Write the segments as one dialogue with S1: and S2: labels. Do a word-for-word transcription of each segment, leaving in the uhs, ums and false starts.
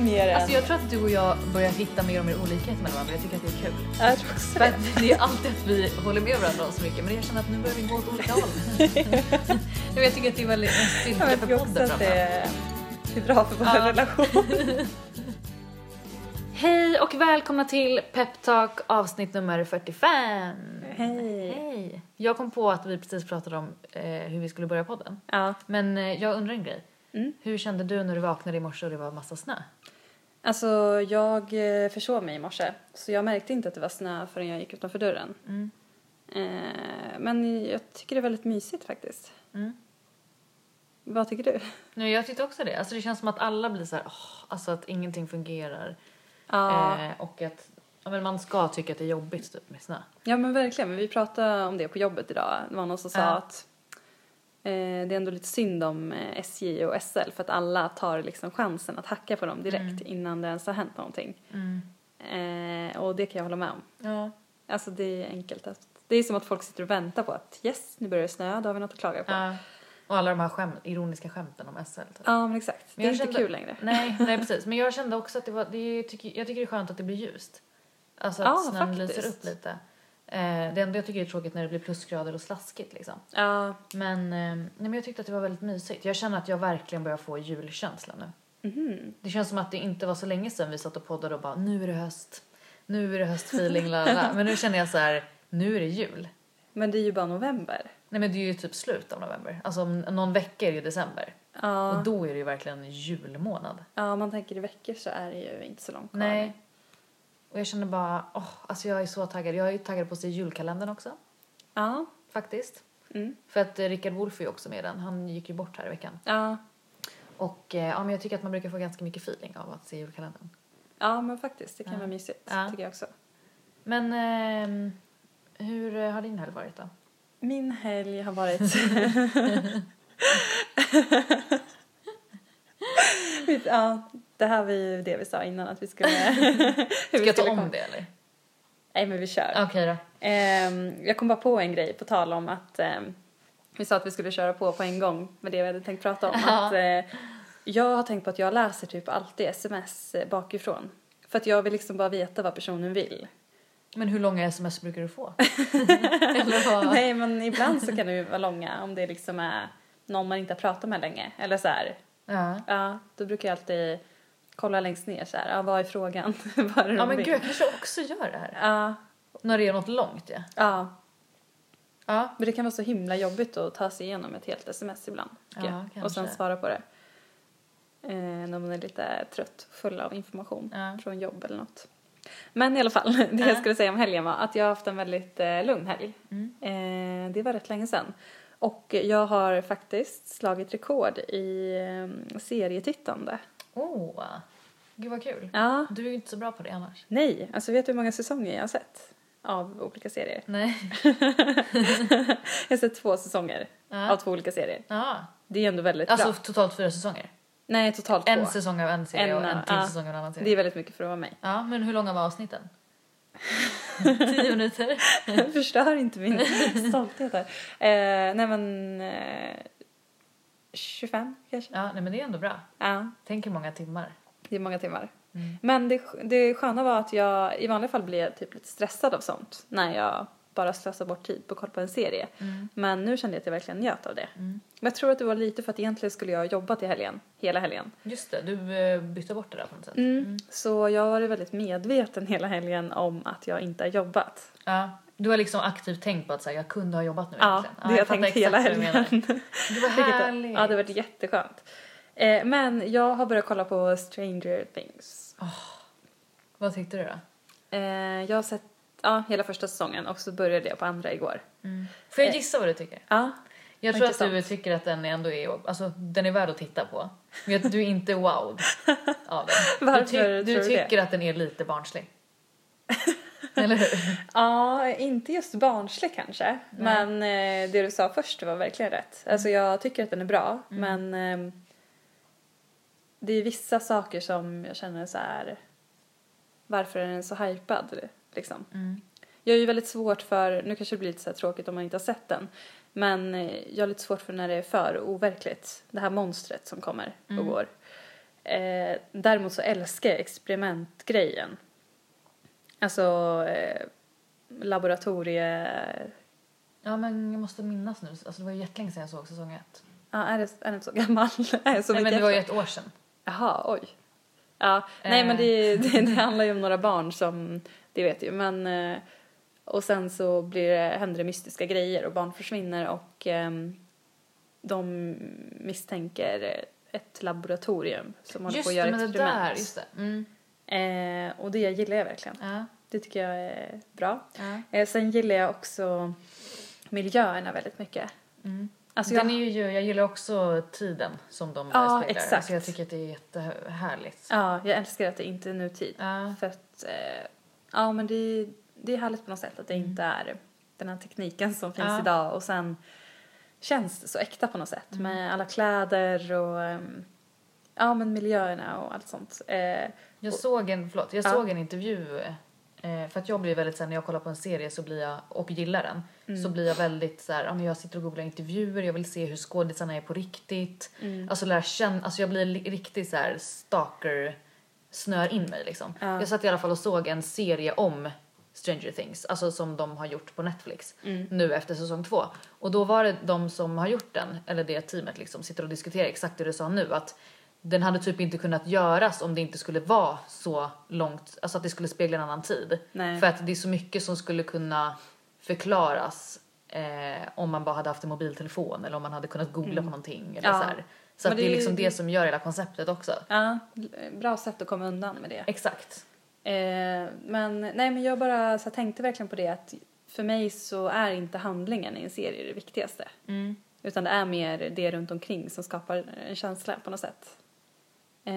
S1: mer än...
S2: Alltså jag tror att du och jag börjar hitta mer och mer olikheter med varandra. Jag tycker att det är kul.
S1: Ja, jag tror också
S2: För
S1: det.
S2: att det är alltid att vi håller med varandra om så mycket. Men jag känner att nu börjar vi gå åt olika håll. Men jag tycker att det är väldigt en styrka
S1: Jag
S2: för
S1: tycker också
S2: podden
S1: att
S2: framför.
S1: det är bra för vår
S2: Ja.
S1: relation.
S2: Hej och välkomna till Pep Talk avsnitt nummer fyrtiofem.
S1: Hej.
S2: Hej. Jag kom på att vi precis pratade om eh, hur vi skulle börja podden.
S1: Ja.
S2: Men eh, jag undrar en grej.
S1: Mm.
S2: Hur kände du när du vaknade i morse och det var massa snö?
S1: Alltså, jag eh, försov mig i morse. Så jag märkte inte att det var snö förrän jag gick utanför dörren.
S2: Mm.
S1: Eh, men jag tycker det är väldigt mysigt faktiskt.
S2: Mm.
S1: Vad tycker du?
S2: Nej, jag tyckte också det. Alltså det känns som att alla blir så här, åh, alltså att ingenting fungerar.
S1: Ja.
S2: Eh, och att ja, men man ska tycka att det är jobbigt typ, med snö.
S1: Ja, men verkligen. Men vi pratade om det på jobbet idag. Det var någon som sa
S2: Ja.
S1: att eh, det är ändå lite synd om eh, S J och S L. För att alla tar liksom chansen att hacka på dem direkt
S2: Mm.
S1: innan det ens har hänt någonting.
S2: Mm.
S1: Eh, och det kan jag hålla med om.
S2: Ja.
S1: Alltså det är enkelt. Att, det är som att folk sitter och väntar på att yes, nu börjar det snö, då har vi något att klaga på. Ja,
S2: Ja. Och alla de här skämt, ironiska skämten om S L. Typ.
S1: men exakt.
S2: Men
S1: det är
S2: jag
S1: inte
S2: kände-
S1: kul längre.
S2: Nej, nej, precis. Men jag kände också att det var, det är, tycker, jag tycker det är skönt att det blir ljust. Alltså att
S1: Ja,
S2: snön
S1: faktiskt.
S2: lyser upp lite. Eh, det enda jag tycker är tråkigt när det blir plusgrader och slaskigt liksom.
S1: Ja.
S2: Men, eh, nej, men jag tyckte att det var väldigt mysigt. Jag känner att jag verkligen börjar få julkänsla nu.
S1: Mhm.
S2: Det känns som att det inte var så länge sedan vi satt och poddade och bara, nu är det höst. Nu är det höstfeeling, lala. Men nu känner jag så här, nu är det jul.
S1: Men det är ju bara november.
S2: Nej men det är ju typ slut av november. Alltså om någon vecka är det december.
S1: Ja.
S2: Och då är det ju verkligen en julmånad.
S1: Ja, om man tänker i veckor så är det ju inte så långt kvar.
S2: Nej. Och jag känner bara, åh, alltså jag är så taggad. Jag är ju taggad på att se julkalendern också,
S1: Ja.
S2: faktiskt.
S1: Mm.
S2: För att eh, Rickard Wolff är ju också med i den. Han gick ju bort här i veckan.
S1: Ja.
S2: Och eh, ja, men jag tycker att man brukar få ganska mycket feeling av att se julkalendern.
S1: Ja, men faktiskt. Det kan
S2: Ja.
S1: vara mysigt,
S2: Ja.
S1: tycker jag också.
S2: Men ehm, hur eh, har din helg varit då?
S1: Min helg har varit... ja, det här var ju det vi sa innan att vi skulle... hur
S2: Ska
S1: vi
S2: jag ta
S1: skulle
S2: om
S1: komma-
S2: det eller?
S1: Nej, men vi kör.
S2: Okej då.
S1: Ehm, jag kom bara på en grej på tal om att ehm, vi sa att vi skulle köra på på en gång med det vi hade tänkt prata om.
S2: Ja.
S1: Att, eh, jag har tänkt på att jag läser typ alltid sms bakifrån. För att jag vill liksom bara veta vad personen vill.
S2: Men hur långa sms brukar du få? Eller vad?
S1: Nej, men ibland så kan det ju vara långa om det liksom är någon man inte har pratat med länge. Eller så här,
S2: Ja.
S1: ja, då brukar jag alltid kolla längst ner så här, ja, vad är frågan? vad är det
S2: Ja
S1: de
S2: men
S1: vill?
S2: gud, jag kanske också gör det här.
S1: Ja,
S2: När det är något långt, ja.
S1: ja.
S2: Ja.
S1: Men det kan vara så himla jobbigt att ta sig igenom ett helt sms ibland. tycker
S2: Ja,
S1: jag. Och sen
S2: kanske.
S1: svara på det. Eh, när man är lite trött, full av information
S2: Ja.
S1: från jobb eller något. Men i alla fall, det
S2: Ja.
S1: jag skulle säga om helgen var att jag har haft en väldigt eh, lugn helg.
S2: Mm.
S1: Eh, det var rätt länge sedan. Och jag har faktiskt slagit rekord i eh, serietittande.
S2: Åh, oh, gud vad kul.
S1: Ja,
S2: Du är ju inte så bra på det annars.
S1: nej. Alltså vet du hur många säsonger jag har sett? Av olika serier.
S2: Nej.
S1: Jag har sett två säsonger
S2: Ja.
S1: av två olika serier.
S2: Ja.
S1: Det är ändå väldigt
S2: Alltså
S1: bra.
S2: totalt fyra säsonger.
S1: Nej, totalt två.
S2: En säsong av en serie
S1: En,
S2: och en till
S1: ja.
S2: säsong av en annan
S1: Det
S2: serie.
S1: är väldigt mycket för att vara mig.
S2: Ja, men hur långa var avsnitten? Tio minuter.
S1: Förstör inte min stolthet här. Eh, nej men... Eh, tjugofem kanske?
S2: Ja, nej men det är ändå bra.
S1: Ja,
S2: Tänk hur många timmar.
S1: det är många timmar.
S2: Mm.
S1: Men det, det sköna var att jag i vanliga fall blir typ lite stressad av sånt. När jag bara slösar bort tid på att kolla på en serie.
S2: Mm.
S1: Men nu kände jag att jag verkligen njöt av det.
S2: Mm.
S1: Men jag tror att det var lite för att egentligen skulle jag jobba till helgen. Hela helgen.
S2: Just det, du eh, bytte bort det där på något sätt.
S1: Mm. Så jag har varit väldigt medveten hela helgen om att jag inte har jobbat.
S2: Ja, du har liksom aktivt tänkt på att säga jag kunde ha jobbat nu
S1: Ja,
S2: egentligen.
S1: det har jag
S2: fattar
S1: tänkt hela
S2: exakt vad du
S1: helgen.
S2: menar. Det var
S1: Vilket-
S2: härligt.
S1: Ja, det har varit jätteskönt. Eh, men jag har börjat kolla på Stranger Things.
S2: Vad tyckte du då?
S1: Eh, jag har sett ja, hela första säsongen och så började jag på andra igår.
S2: Mm. Får jag
S1: Eh.
S2: gissa vad du tycker?
S1: Ja,
S2: Jag
S1: vad
S2: tror att du
S1: intressant.
S2: tycker att den ändå är, alltså den är värd att titta på. Men att du är inte wowed av den.
S1: Varför
S2: du, ty-
S1: tror
S2: du
S1: du
S2: tycker att den är lite barnslig. Eller hur?
S1: ja, inte just barnslig kanske. Men eh, det du sa först var verkligen rätt. Alltså jag tycker att den är bra. Men eh, det är vissa saker som jag känner så här. Varför är den så hypad liksom?
S2: Mm.
S1: Jag är ju väldigt svårt för, nu kanske det blir lite så här tråkigt om man inte har sett den. Men eh, jag har lite svårt för när det är för overkligt. Det här monstret som kommer och
S2: Mm.
S1: går. Eh, däremot så älskar jag experimentgrejen. Alltså eh, laboratorie...
S2: Ja, men jag måste minnas nu. Alltså det var ju jättelänge sedan jag såg säsong ett.
S1: Ja, är det, är det inte så gammal? är så
S2: Nej, men det var ju ett år sedan.
S1: Jaha, oj. Ja,
S2: Eh.
S1: nej men det, det, det handlar ju om några barn som, det vet ju, men eh, och sen så blir det, händer det mystiska grejer och barn försvinner och eh, de misstänker ett laboratorium som håller på att göra
S2: Just det,
S1: experiment.
S2: men det där, just det. Mm.
S1: Eh, och det gillar jag verkligen.
S2: Ja.
S1: Det tycker jag är bra.
S2: Ja.
S1: Eh, sen gillar jag också miljöerna väldigt mycket.
S2: Mm.
S1: Alltså
S2: Den
S1: jag,
S2: är ju, jag gillar också tiden som de
S1: Ja,
S2: speglar.
S1: exakt.
S2: Alltså jag tycker att det är jättehärligt.
S1: ja, jag älskar att det inte är nutid.
S2: Ja.
S1: För att, eh, ja men det, det är härligt på något sätt att det
S2: Mm.
S1: inte är den här tekniken som finns
S2: Ja.
S1: idag och sen känns det så äkta på något sätt
S2: Mm.
S1: med alla kläder och ehm, ja men miljöerna och allt sånt. Eh,
S2: Jag såg en, förlåt, jag
S1: Ja.
S2: såg en intervju eh, för att jag blir väldigt så här, när jag kollar på en serie så blir jag, och gillar den,
S1: Mm.
S2: så blir jag väldigt så här, ja, men jag sitter och googlar intervjuer, jag vill se hur skådisarna är på riktigt.
S1: mm,
S2: Alltså lära känna, alltså jag blir li- riktigt så här stalker, snör in mig liksom.
S1: Ja.
S2: Jag satt i alla fall och såg en serie om Stranger Things, alltså som de har gjort på Netflix
S1: mm,
S2: nu efter säsong två. Och då var det de som har gjort den, eller det teamet liksom, sitter och diskuterar exakt det du sa nu, att den hade typ inte kunnat göras om det inte skulle vara så långt, alltså att det skulle spegla en annan tid.
S1: nej.
S2: För att det är så mycket som skulle kunna förklaras eh, om man bara hade haft en mobiltelefon eller om man hade kunnat googla
S1: Mm.
S2: på någonting eller
S1: Ja.
S2: så här. Så
S1: Men
S2: att det är
S1: det-
S2: liksom det som gör hela konceptet också.
S1: Ja, bra sätt att komma undan med det.
S2: Exakt.
S1: Eh, men nej men jag bara så här, tänkte verkligen på det att för mig så är inte handlingen i en serie det viktigaste.
S2: Mm.
S1: Utan det är mer det runt omkring som skapar en känsla på något sätt. Eh,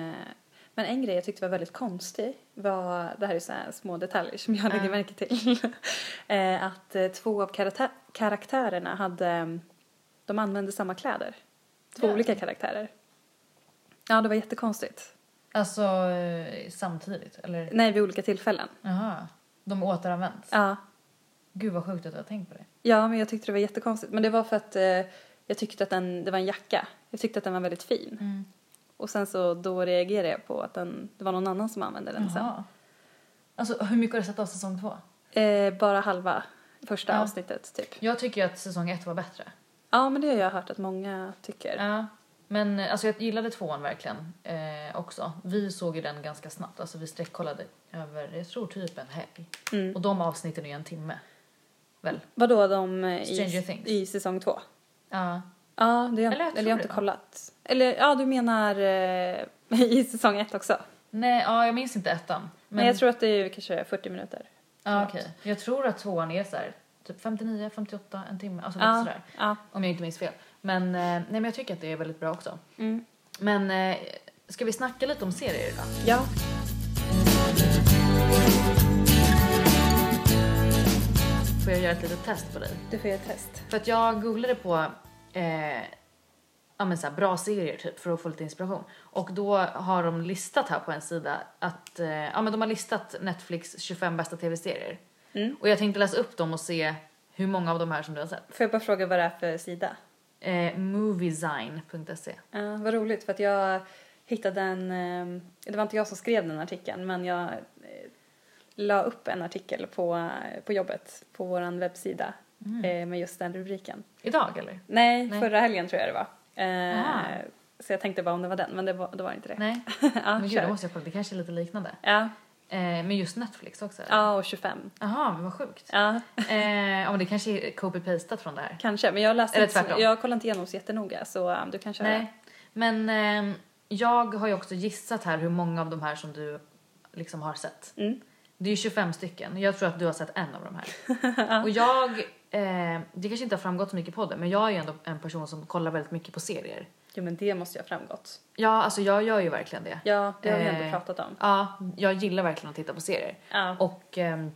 S1: men en grej jag tyckte var väldigt konstig var, det här är så här små detaljer som jag lägger
S2: Ja.
S1: märke till. eh, att eh, två av karata- karaktärerna hade, de använde samma kläder. Två
S2: Ja.
S1: olika karaktärer. Ja, det var jättekonstigt.
S2: Alltså eh, samtidigt, eller?
S1: Nej, vid olika tillfällen.
S2: Jaha. De återanvänds.
S1: Ja.
S2: Gud vad sjukt att du har tänkt på det.
S1: Ja, men jag tyckte det var jättekonstigt. Men det var för att eh, jag tyckte att den, det var en jacka. Jag tyckte att den var väldigt fin.
S2: Mm.
S1: Och sen så då reagerade jag på att den, det var någon annan som använde den sen.
S2: Jaha. Alltså hur mycket har du sett av säsong två?
S1: Eh, bara halva första
S2: Ja.
S1: avsnittet typ.
S2: Jag tycker ju att säsong ett var bättre.
S1: Ja, men det har jag hört att många tycker.
S2: Ja. Men eh, alltså jag gillade tvåan verkligen eh, också. Vi såg ju den ganska snabbt. Alltså vi sträckkollade över, jag tror typ en helg.
S1: Mm.
S2: Och de avsnitten är ju en timme. Väl?
S1: Vadå de eh,
S2: Stranger
S1: i,
S2: Things.
S1: i säsong två?
S2: Ja.
S1: Ja, det har,
S2: Eller jag
S1: eller,
S2: tror
S1: jag har inte
S2: det.
S1: kollat. Eller ja, du menar eh, i säsong ett också?
S2: Nej, ja jag minns inte ettan. Men,
S1: Men jag tror att det är kanske fyrtio minuter.
S2: Ja okej. Jag tror att tvåan är så här, typ femtionio, femtioåtta, en timme. Alltså lite
S1: Ja,
S2: sådär.
S1: ja.
S2: Om jag inte minns fel. Men, eh, nej, men jag tycker att det är väldigt bra också.
S1: Mm.
S2: Men eh, ska vi snacka lite om serier idag?
S1: Ja.
S2: Får jag göra ett litet test på dig?
S1: Du får göra ett test.
S2: För att jag googlade på eh, ja, men så här, bra serier typ för att få lite inspiration. Och då har de listat här på en sida att eh, ja, men de har listat Netflix tjugofem bästa tv-serier.
S1: Mm.
S2: Och jag tänkte läsa upp dem och se hur många av de här som du har sett.
S1: Får jag bara fråga vad det är för sida?
S2: Eh, Moviesign punkt se.
S1: Ja, vad roligt för att jag hittade en, eh, det var inte jag som skrev den artikeln men jag eh, la upp en artikel på, på jobbet på våran webbsida
S2: Mm.
S1: eh, med just den rubriken.
S2: Idag eller?
S1: Nej,
S2: Nej.
S1: förra helgen tror jag det var. Eh,
S2: Aha.
S1: så jag tänkte bara om det var den men det var, det var inte det.
S2: Nej.
S1: ja,
S2: Men gud,
S1: kör.
S2: då måste jag kolla. Det kanske är lite liknande.
S1: Ja,
S2: Eh, men just Netflix också. eller?
S1: ja, och tjugofem.
S2: Jaha, men vad sjukt.
S1: Ja,
S2: Eh, ja, men det kanske är copy-pastat från det här.
S1: kanske. Men jag läste
S2: Eller
S1: inte, så-
S2: tvärtom.
S1: jag kollade inte igenom så jättenoga så um, du kan köra.
S2: Nej, men eh, jag har ju också gissat här hur många av de här som du liksom har sett.
S1: Mm.
S2: Det är ju tjugofem stycken. Jag tror att du har sett en av de här. Och jag, eh, det kanske inte har framgått så mycket på det, men jag är ju ändå en person som kollar väldigt mycket på serier.
S1: Jo men det måste ju ha framgått.
S2: Ja, alltså jag gör ju verkligen det.
S1: Ja, det har vi ändå
S2: Eh,
S1: pratat om.
S2: Ja, jag gillar verkligen att titta på serier.
S1: Ja.
S2: Och ehm,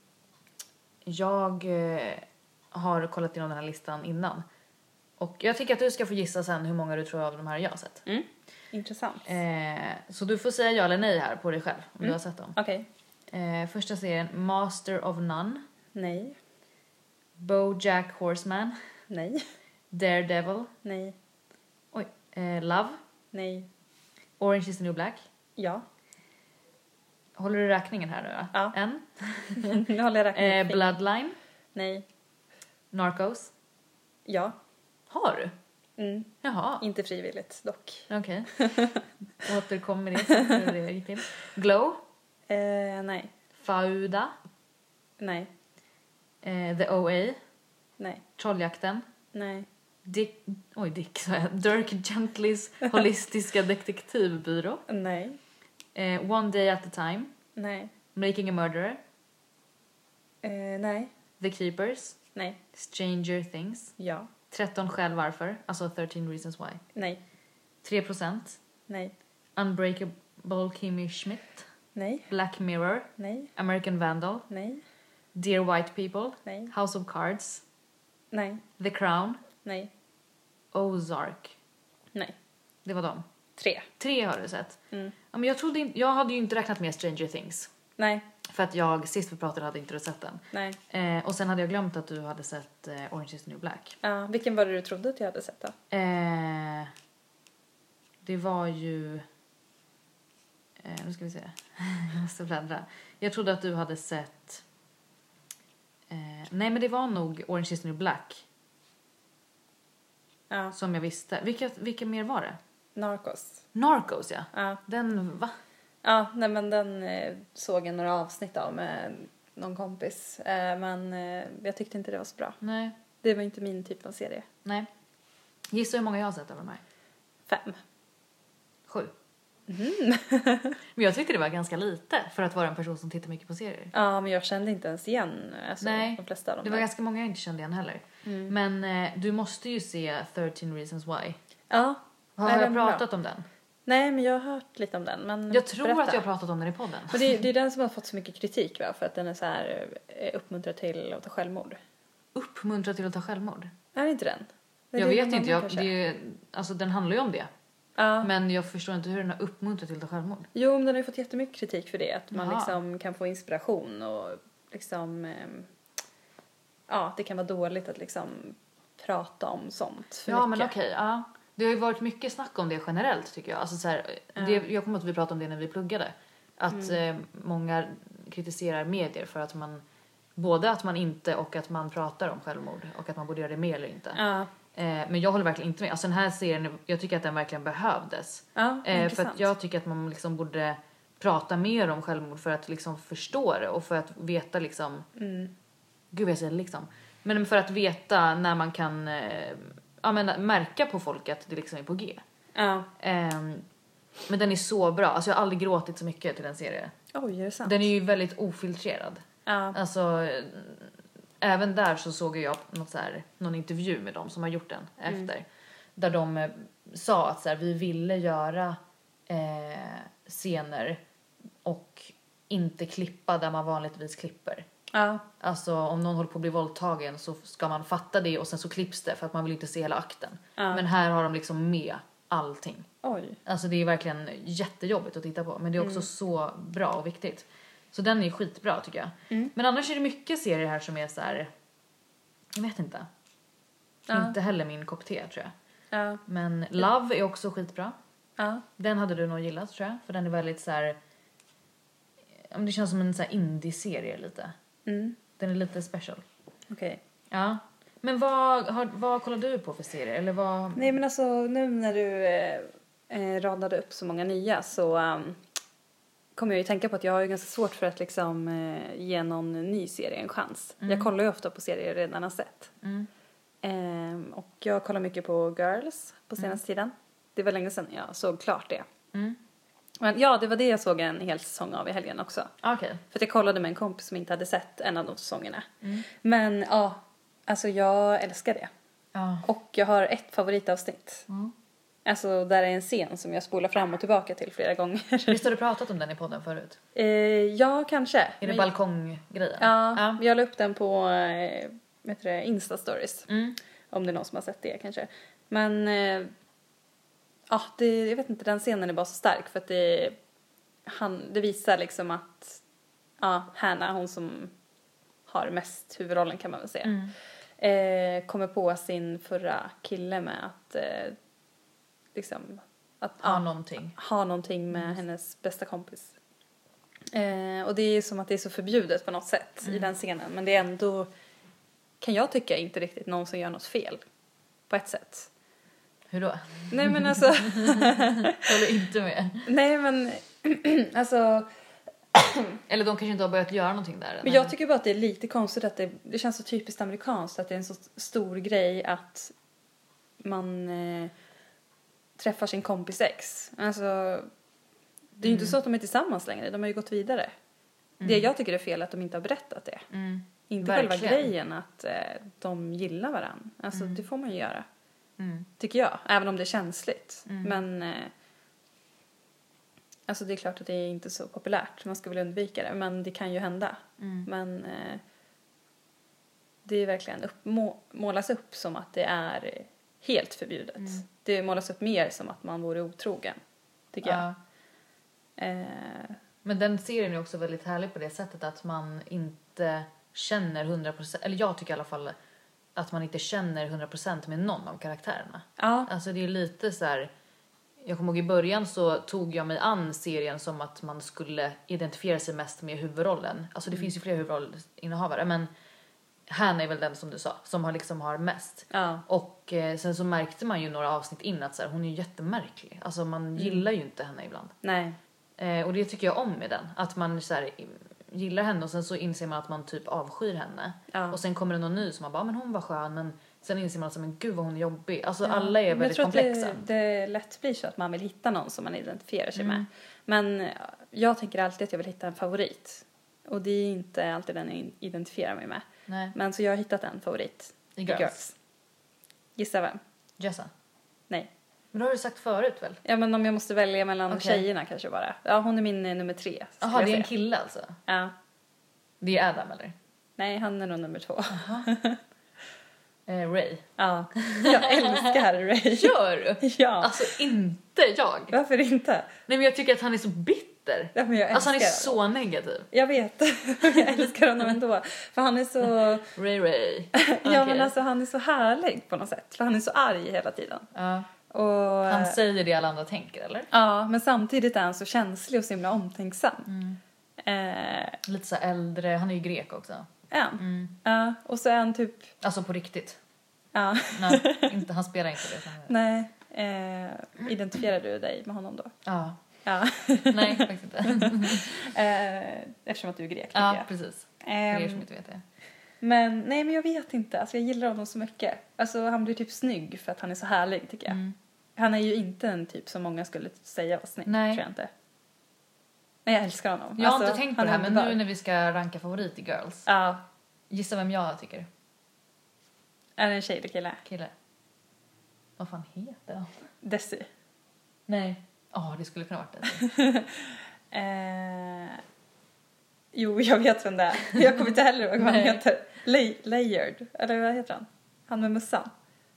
S2: jag eh, har kollat igenom den här listan innan. Och jag tycker att du ska få gissa sen hur många du tror av de här jag har sett.
S1: Mm. Intressant.
S2: Eh, så du får säga ja eller nej här på dig själv om
S1: Mm.
S2: du har sett dem.
S1: Okej.
S2: Eh, första serien Master of None,
S1: Nej.
S2: BoJack Horseman,
S1: Nej.
S2: Daredevil,
S1: Nej.
S2: oj, eh, Love,
S1: Nej.
S2: Orange is the new black.
S1: Ja.
S2: Håller du räkningen här nu då?
S1: Ja.
S2: En.
S1: Nu håller jag räkningen.
S2: Eh, Bloodline.
S1: Nej.
S2: Narcos.
S1: Ja.
S2: Har du?
S1: Mm.
S2: Jaha.
S1: Inte frivilligt dock.
S2: Okej. Okay. Återkom med det sen hur det gick till. Glow.
S1: Eh, nej.
S2: Fauda.
S1: Nej.
S2: Eh, The O A.
S1: Nej.
S2: Trolljakten.
S1: Nej.
S2: Dick, oj Dick sa jag. Dirk Gentlys holistiska detektivbyrå.
S1: Nej.
S2: Eh, One Day at a Time.
S1: Nej.
S2: Making a Murderer.
S1: Eh, nej.
S2: The Keepers.
S1: Nej.
S2: Stranger Things.
S1: Ja.
S2: tretton skäl varför. Alltså thirteen reasons why.
S1: Nej.
S2: tre procent.
S1: Nej.
S2: Unbreakable Kimmy Schmidt.
S1: Nej.
S2: Black Mirror.
S1: Nej.
S2: American Vandal.
S1: Nej.
S2: Dear White People.
S1: Nej.
S2: House of Cards.
S1: Nej.
S2: The Crown.
S1: Nej.
S2: Ozark.
S1: Nej.
S2: Det var dem.
S1: Tre.
S2: Tre har du sett.
S1: Mm.
S2: Ja, men jag, trodde inte, jag hade ju inte räknat med Stranger Things.
S1: Nej.
S2: För att jag sist vi pratade hade inte du sett den.
S1: Nej.
S2: Eh, och sen hade jag glömt att du hade sett eh, Orange is the new black.
S1: Ja, vilken var det du trodde att jag hade sett då?
S2: Eh, det var ju... Eh, nu ska vi se. Jag måste bläddra. Jag trodde att du hade sett... Eh, nej, men det var nog Orange is the new black.
S1: Ja.
S2: Som jag visste. Vilka, vilka mer var det?
S1: Narcos.
S2: Narcos, ja.
S1: Ja.
S2: Den, va?
S1: Ja, nej men den eh, såg jag några avsnitt av med någon kompis. Eh, men eh, jag tyckte inte det var så bra.
S2: Nej.
S1: Det var inte min typ av serie.
S2: Nej. Gissa hur många jag har sett av de här?
S1: Fem.
S2: Sju.
S1: Mm.
S2: Men jag tyckte det var ganska lite för att vara en person som tittar mycket på serier.
S1: Ja, men jag kände inte ens igen alltså,
S2: Nej,
S1: de flesta av dem.
S2: Det var
S1: där.
S2: ganska många jag inte kände igen heller.
S1: Mm.
S2: Men eh, du måste ju se thirteen reasons why.
S1: Ja.
S2: Har
S1: Nej,
S2: jag
S1: den är bra.
S2: pratat om den?
S1: Nej, men jag har hört lite om den. Men
S2: Jag tror
S1: berätta.
S2: att jag har pratat om den i podden.
S1: Och det, det är den som har fått så mycket kritik, va? För att den är så här eh, uppmuntrad till att ta självmord.
S2: Uppmuntra till att ta självmord.
S1: Är det inte den? Det
S2: Jag
S1: är
S2: vet
S1: många
S2: inte. Jag,
S1: kanske.
S2: det, alltså, den handlar ju om det.
S1: Ja.
S2: Men jag förstår inte hur den har uppmuntrat till att ta självmord.
S1: Jo, men den har ju fått jättemycket kritik för det. Att man
S2: Jaha.
S1: liksom kan få inspiration och liksom... ehm, ja, det kan vara dåligt att liksom prata om sånt för
S2: Ja,
S1: mycket.
S2: men okej. Ja. Det har ju varit mycket snack om det generellt tycker jag. Alltså, så här, det, jag kommer att vi pratade om det när vi pluggade. Att
S1: Mm.
S2: eh, många kritiserar medier för att man... Både att man inte och att man pratar om självmord. Och att man borde göra det mer eller inte.
S1: Ja,
S2: Eh, men jag håller verkligen inte med. Alltså den här serien, jag tycker att den verkligen behövdes.
S1: ja
S2: Eh, för
S1: intressant.
S2: att jag tycker att man liksom borde prata mer om självmord för att liksom förstå det. Och för att veta liksom...
S1: Mm.
S2: Gud vad jag säger liksom. Men för att veta när man kan eh, ja, men, märka på folk att det liksom är på G.
S1: Ja.
S2: Ehm, men den är så bra. Alltså jag har aldrig gråtit så mycket till den serien.
S1: Oj, är det sant?
S2: Den är ju väldigt ofiltrerad.
S1: Ja.
S2: Alltså, eh, även där så såg jag något så här, någon intervju med dem som har gjort den
S1: Mm.
S2: efter. Där de eh, sa att så här, vi ville göra eh, scener och inte klippa där man vanligtvis klipper.
S1: Ja.
S2: Alltså om någon håller på att bli våldtagen så ska man fatta det och sen så klipps det för att man vill inte se hela akten.
S1: Ja.
S2: Men här har de liksom med allting.
S1: Oj.
S2: Alltså det är verkligen jättejobbigt att titta på men det är också
S1: Mm.
S2: så bra och viktigt. Så den är skitbra tycker jag.
S1: Mm.
S2: Men annars är det mycket serier här som är så här. Jag vet inte.
S1: Ja.
S2: Inte heller min kopp te tror jag.
S1: Ja.
S2: Men Love är också skitbra.
S1: Ja.
S2: Den hade du nog gillat tror jag. För den är väldigt så här. Ja, men det känns som en så här indie-serie lite.
S1: Mm.
S2: Den är lite special.
S1: Okej.
S2: Ja. Men vad, har, vad kollar du på för serier? Eller vad...
S1: Nej, men alltså nu när du eh, eh, radade upp så många nya så um, kommer jag ju tänka på att jag har ju ganska svårt för att liksom eh, ge någon ny serie en chans.
S2: Mm.
S1: Jag kollar ju ofta på serier jag redan har sett.
S2: Mm.
S1: Ehm, och jag kollar mycket på Girls på senaste tiden. Det var länge sedan jag såg klart det.
S2: Mm.
S1: Men ja, det var det jag såg en hel säsong av i helgen också.
S2: Okej.
S1: För att jag kollade med en kompis som inte hade sett en av de säsongerna.
S2: Mm.
S1: Men ja, alltså jag älskar det.
S2: Ja.
S1: Och jag har ett favoritavsnitt.
S2: Mm.
S1: Alltså där är en scen som jag spolar fram och tillbaka till flera gånger.
S2: Visst har du pratat om den i podden förut?
S1: eh, ja, kanske.
S2: Är det
S1: Men-
S2: balkonggrejen?
S1: Ja,
S2: Ja.
S1: jag la upp den på eh, vet du det, Insta-stories.
S2: Mm.
S1: Om det är någon som har sett det kanske. Men eh, ja, det, jag vet inte, den scenen är bara så stark för att det, han, det visar liksom att ja, Hannah, hon som har mest huvudrollen kan man väl säga,
S2: Mm.
S1: eh, kommer på sin förra kille med att eh, liksom Att
S2: ha
S1: ja,
S2: någonting.
S1: ha någonting med mm. hennes bästa kompis. Eh, och det är som att det är så förbjudet på något sätt mm. i den scenen. Men det är ändå, kan jag tycka, inte riktigt någon som gör något fel. På ett sätt.
S2: Hur då?
S1: Nej men alltså.
S2: Håller inte med.
S1: Nej men alltså.
S2: Eller de kanske inte har börjat göra någonting där.
S1: Men jag tycker bara att det är lite konstigt att det, det känns så typiskt amerikanskt. Att det är en så stor grej att man eh, träffar sin kompis ex. Alltså det är ju mm. inte så att de är tillsammans längre. De har ju gått vidare. Mm. Det jag tycker är fel är att de inte har berättat det.
S2: Mm.
S1: Inte
S2: Verkligen.
S1: själva grejen att eh, de gillar varandra. Alltså mm. det får man ju göra.
S2: Mm.
S1: Tycker jag. Även om det är känsligt.
S2: Mm.
S1: Men eh, alltså det är klart att det är inte så populärt. Man ska väl undvika det. Men det kan ju hända.
S2: Mm.
S1: Men eh, det är verkligen upp, må, målas upp som att det är helt förbjudet. Mm. Det målas upp mer som att man vore otrogen. Tycker
S2: ja.
S1: jag. Eh,
S2: Men den serien är också väldigt härlig på det sättet att man inte känner hundra procent, eller jag tycker i alla fall att man inte känner hundra procent med någon av karaktärerna.
S1: Ja.
S2: Alltså det är lite så här, jag kommer ihåg i början så tog jag mig an serien som att man skulle identifiera sig mest med huvudrollen. Alltså det mm. finns ju fler huvudrollinnehavare, men Hannah är väl den som du sa, som har liksom har mest.
S1: Ja.
S2: Och eh, sen så märkte man ju några avsnitt in att så här, hon är ju jättemärklig. Alltså man mm. gillar ju inte henne ibland.
S1: Nej.
S2: Eh, och det tycker jag om med den. Att man så här, gillar henne och sen så inser man att man typ avskyr henne.
S1: Ja.
S2: Och sen kommer det någon ny som man bara, men hon var skön. Men sen inser man att men gud vad hon är jobbig. Alltså ja. alla är
S1: men
S2: väldigt
S1: jag tror
S2: komplexa.
S1: Att det, det lätt blir så att man vill hitta någon som man identifierar sig
S2: mm.
S1: med. Men jag tänker alltid att jag vill hitta en favorit. Och det är inte alltid den jag identifierar mig med.
S2: Nej.
S1: Men så jag har hittat en favorit.
S2: I Girls.
S1: Girls. Gissa vem?
S2: Jessa.
S1: Nej.
S2: Men det har du sagt förut väl?
S1: Ja, men om jag måste välja mellan
S2: okay.
S1: tjejerna kanske bara. Ja, hon är min eh, nummer tre.
S2: Jaha, det är en kille alltså?
S1: Ja.
S2: Det är Adam eller?
S1: Nej, han är nog nummer två.
S2: eh, Ray.
S1: Ja, jag älskar Ray.
S2: Gör du?
S1: Ja.
S2: Alltså inte jag.
S1: Varför inte?
S2: Nej, men jag tycker att han är så bitter.
S1: Ja, men jag
S2: alltså han är
S1: honom.
S2: så negativ.
S1: Jag vet, jag älskar honom ändå. För han är så...
S2: Ray Ray.
S1: Okay. Ja, men alltså han är så härlig på något sätt. För han är så arg hela tiden.
S2: Ja.
S1: Och,
S2: han säger det alla andra tänker, eller?
S1: Ja, men samtidigt är han så känslig och så himla omtänksam.
S2: Mm.
S1: Eh,
S2: Lite så äldre, han är ju grek också.
S1: Ja, mm. ja och så är han typ...
S2: Alltså på riktigt?
S1: Ja.
S2: Nej, inte, han spelar inte det.
S1: Nej, eh, identifierar du dig med honom då?
S2: Ja.
S1: Ja.
S2: Nej, faktiskt inte.
S1: eh, eftersom att du är grek.
S2: Ja,
S1: jag.
S2: precis. För
S1: Eh,
S2: er som inte vet det.
S1: Men nej, men jag vet inte. Alltså jag gillar honom så mycket. Alltså han blir typ snygg för att han är så härlig tycker jag.
S2: Mm.
S1: Han är ju inte en typ som många skulle säga var snygg.
S2: Nej.
S1: Tror jag inte. Nej, jag älskar honom.
S2: Jag har
S1: alltså,
S2: inte tänkt på det här, men nu när vi ska ranka favorit i Girls.
S1: Ja.
S2: Gissa vem jag tycker.
S1: Är det en tjej eller kille?
S2: Kille. Vad fan heter han?
S1: Desi.
S2: Nej. Ja, oh, det skulle kunna varit Desi.
S1: eh, jo, jag vet vem det är. Jag kommer inte heller ihåg vad han heter. Lay- Layered. Eller vad heter han? Han med mössan.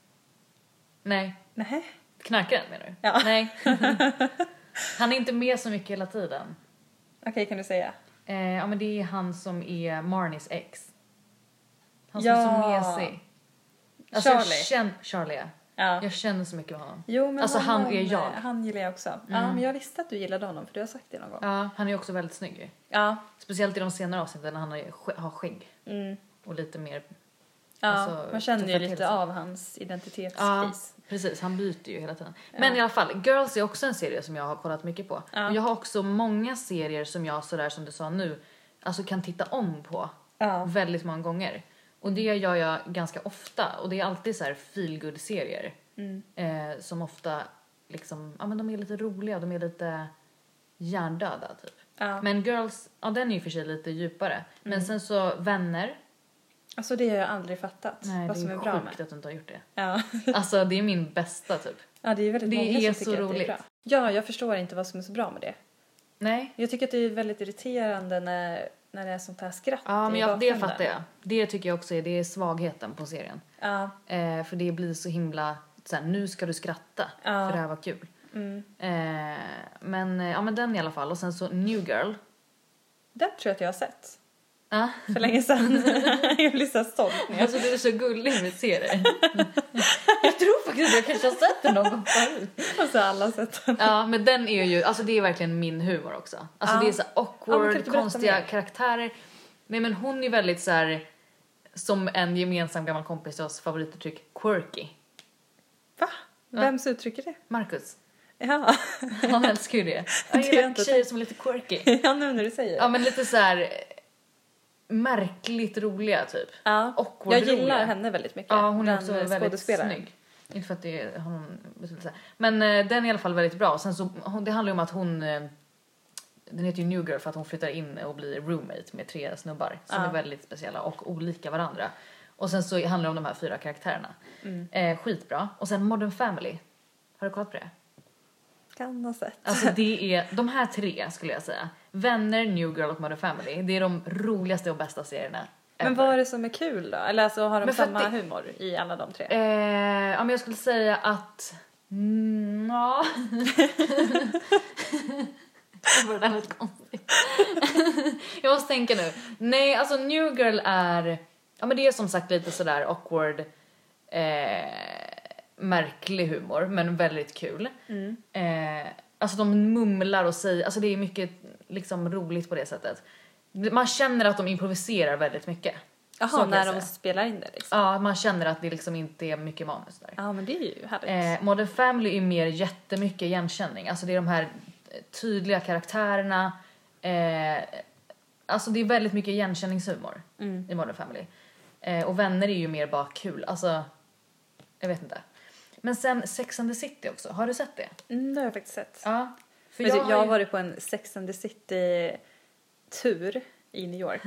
S2: Nej.
S1: Nej.
S2: Knarkaren menar du?
S1: Ja.
S2: Nej. Han är inte med så mycket hela tiden.
S1: Okej, okay, kan du säga?
S2: Eh, ja, men det är han som är Marnies ex. Han som
S1: ja.
S2: är så mesig. Alltså,
S1: Charlie.
S2: Jag känner, Charlie,
S1: ja.
S2: Jag känner så mycket med honom.
S1: Jo, men
S2: alltså
S1: honom,
S2: han är jag.
S1: Han gillar jag också. Mm. Ja, men jag visste att du gillade honom för du har sagt det någon gång.
S2: Ja, han är också väldigt snygg.
S1: Ja.
S2: Speciellt i de senare avsnitten när han har, har skägg.
S1: Mm.
S2: Och lite mer...
S1: Ja,
S2: alltså,
S1: man känner ju lite av hans identitetskris.
S2: Ja, precis. Han byter ju hela tiden. Ja. Men i alla fall, Girls är också en serie som jag har kollat mycket på.
S1: Ja.
S2: Och jag har också många serier som jag, sådär som du sa nu, alltså kan titta om på
S1: ja.
S2: väldigt många gånger. Och det gör jag ganska ofta. Och det är alltid så här feel-good-serier.
S1: Mm.
S2: Eh, som ofta liksom, ja men de är lite roliga, de är lite hjärndöda typ.
S1: Ja.
S2: Men Girls, ja den är ju för sig lite djupare. Mm. Men sen så Vänner.
S1: Alltså det har jag aldrig fattat.
S2: Nej,
S1: vad
S2: det
S1: som
S2: är,
S1: är
S2: sjukt
S1: bra med.
S2: att du inte har gjort det.
S1: Ja.
S2: Alltså det är min bästa typ.
S1: Ja, det är väldigt
S2: det
S1: många
S2: är
S1: som
S2: så
S1: tycker
S2: roligt.
S1: att det är bra. Ja, jag förstår inte vad som är så bra med det.
S2: Nej.
S1: Jag tycker att det är väldigt irriterande när, när det är sånt här skratt.
S2: Ja, men jag, det
S1: bakgrunden.
S2: fattar jag. Det tycker jag också är, det är svagheten på serien.
S1: Ja.
S2: Eh, för det blir så himla, så här, nu ska du skratta.
S1: Ja.
S2: För det här var kul.
S1: Mm.
S2: Eh, men, ja men den i alla fall. Och sen så New Girl.
S1: Den tror jag att jag har sett.
S2: Ja.
S1: för länge sedan. Jag blir så stolt nu.
S2: Alltså du är så gullig när vi ser dig. Jag tror faktiskt att jag kanske har sett den någon gång förut.
S1: Och så har alla sett den.
S2: Ja, men den är ju, alltså det är verkligen min humor också. Alltså
S1: Ja.
S2: det är så
S1: Ja, men kan
S2: awkward,
S1: du inte berätta
S2: konstiga
S1: mer?
S2: karaktärer. Nej men hon är väldigt så här, som en gemensam gammal kompis till oss favorituttryck, quirky.
S1: Va? Vems uttrycker det?
S2: Marcus.
S1: Ja.
S2: Han älskar ju det. Jag
S1: Det är
S2: gillar
S1: inte
S2: tjejer som är lite quirky.
S1: Ja, nu när du säger
S2: Ja
S1: det.
S2: men lite så här märkligt roliga typ.
S1: Ja.
S2: Awkward
S1: Jag gillar
S2: roliga.
S1: henne väldigt mycket.
S2: Ja, hon är
S1: den
S2: också väldigt
S1: skådespelaren.
S2: snygg. Inte för att det har någon betydelse. Men eh, den är i alla fall väldigt bra. Och sen så, hon, det handlar ju om att hon, eh, den heter ju New Girl för att hon flyttar in och blir roommate med tre snubbar. Som
S1: Ja.
S2: är väldigt speciella och olika varandra. Och sen så handlar det om de här fyra karaktärerna.
S1: Mm.
S2: Eh, skitbra. Och sen Modern Family. Har du kollat på det?
S1: Kan ha sett.
S2: Alltså det är, de här tre skulle jag säga. Vänner, New Girl och Modern Family. Det är de roligaste och bästa serierna.
S1: Men
S2: ever.
S1: vad är det som är kul då? Eller alltså har de
S2: Men för att
S1: samma
S2: det-
S1: humor i alla de tre?
S2: Eh, ja, men jag skulle säga att... Mm, ja. Det där lät konstigt. Jag måste tänka nu. Nej, alltså New Girl är... Ja, men det är som sagt lite sådär awkward, eh, märklig humor, men väldigt kul.
S1: Mm.
S2: Eh, alltså de mumlar och säger... Alltså det är mycket liksom roligt på det sättet. Man känner att de improviserar väldigt mycket. Så
S1: Jaha,
S2: kan jag
S1: när
S2: säga.
S1: de spelar in det liksom.
S2: Ja, man känner att det liksom inte är mycket manus där.
S1: Ja, men det är ju härligt.
S2: Eh, Modern Family är mer jättemycket igenkänning. Alltså det är de här tydliga karaktärerna. Eh, alltså det är väldigt mycket igenkänningshumor
S1: Mm.
S2: i Modern Family. Eh, och Vänner är ju mer bara kul. Alltså, jag vet inte. Men sen Sex and the City också. Har du sett det?
S1: Mm, det har jag faktiskt sett.
S2: Ja. För
S1: Men
S2: jag,
S1: jag, jag
S2: har
S1: har
S2: ju-
S1: varit på en Sex and the City-tur i New York.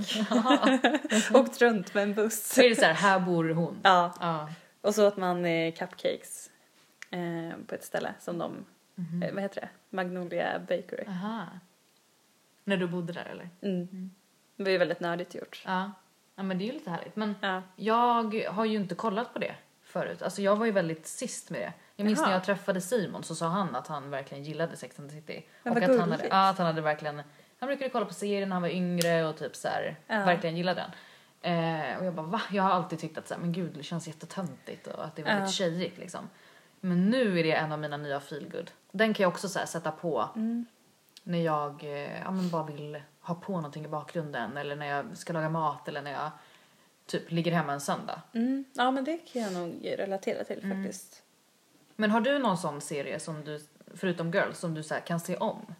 S1: Åkt runt med en buss.
S2: Så är det så här, här bor hon.
S1: Ja,
S2: Ja.
S1: och så åt man eh, cupcakes eh, på ett ställe som de,
S2: Mhm.
S1: eh, vad heter det? Magnolia Bakery.
S2: Aha. När du bodde där eller?
S1: Mm. Det var ju väldigt nördigt gjort.
S2: Ja. Ja men det är ju lite härligt. Men
S1: Ja.
S2: jag har ju inte kollat på det förut. Alltså jag var ju väldigt sist med det. Jag minns
S1: Jaha.
S2: när jag träffade Simon så sa han att han verkligen gillade Sex and the City.
S1: Men
S2: och
S1: vad
S2: att han hade,
S1: gulligt.
S2: ja, att han hade verkligen, han brukade kolla på serien när han var yngre och typ så här,
S1: Ja.
S2: verkligen gillade den. Eh, och jag bara va? Jag har alltid tyckt att så här, men gud det känns jättetöntigt och att det är väldigt
S1: Ja.
S2: tjejigt liksom. Men nu är det en av mina nya feelgood. Den kan jag också så här, sätta på
S1: Mm.
S2: när jag eh, ja, men bara vill ha på någonting i bakgrunden eller när jag ska laga mat eller när jag typ ligger hemma en söndag.
S1: Mm. Ja, men det kan jag nog relatera till
S2: Mm.
S1: faktiskt.
S2: Men har du någon sån serie som du, förutom Girls, som du så här, kan se om?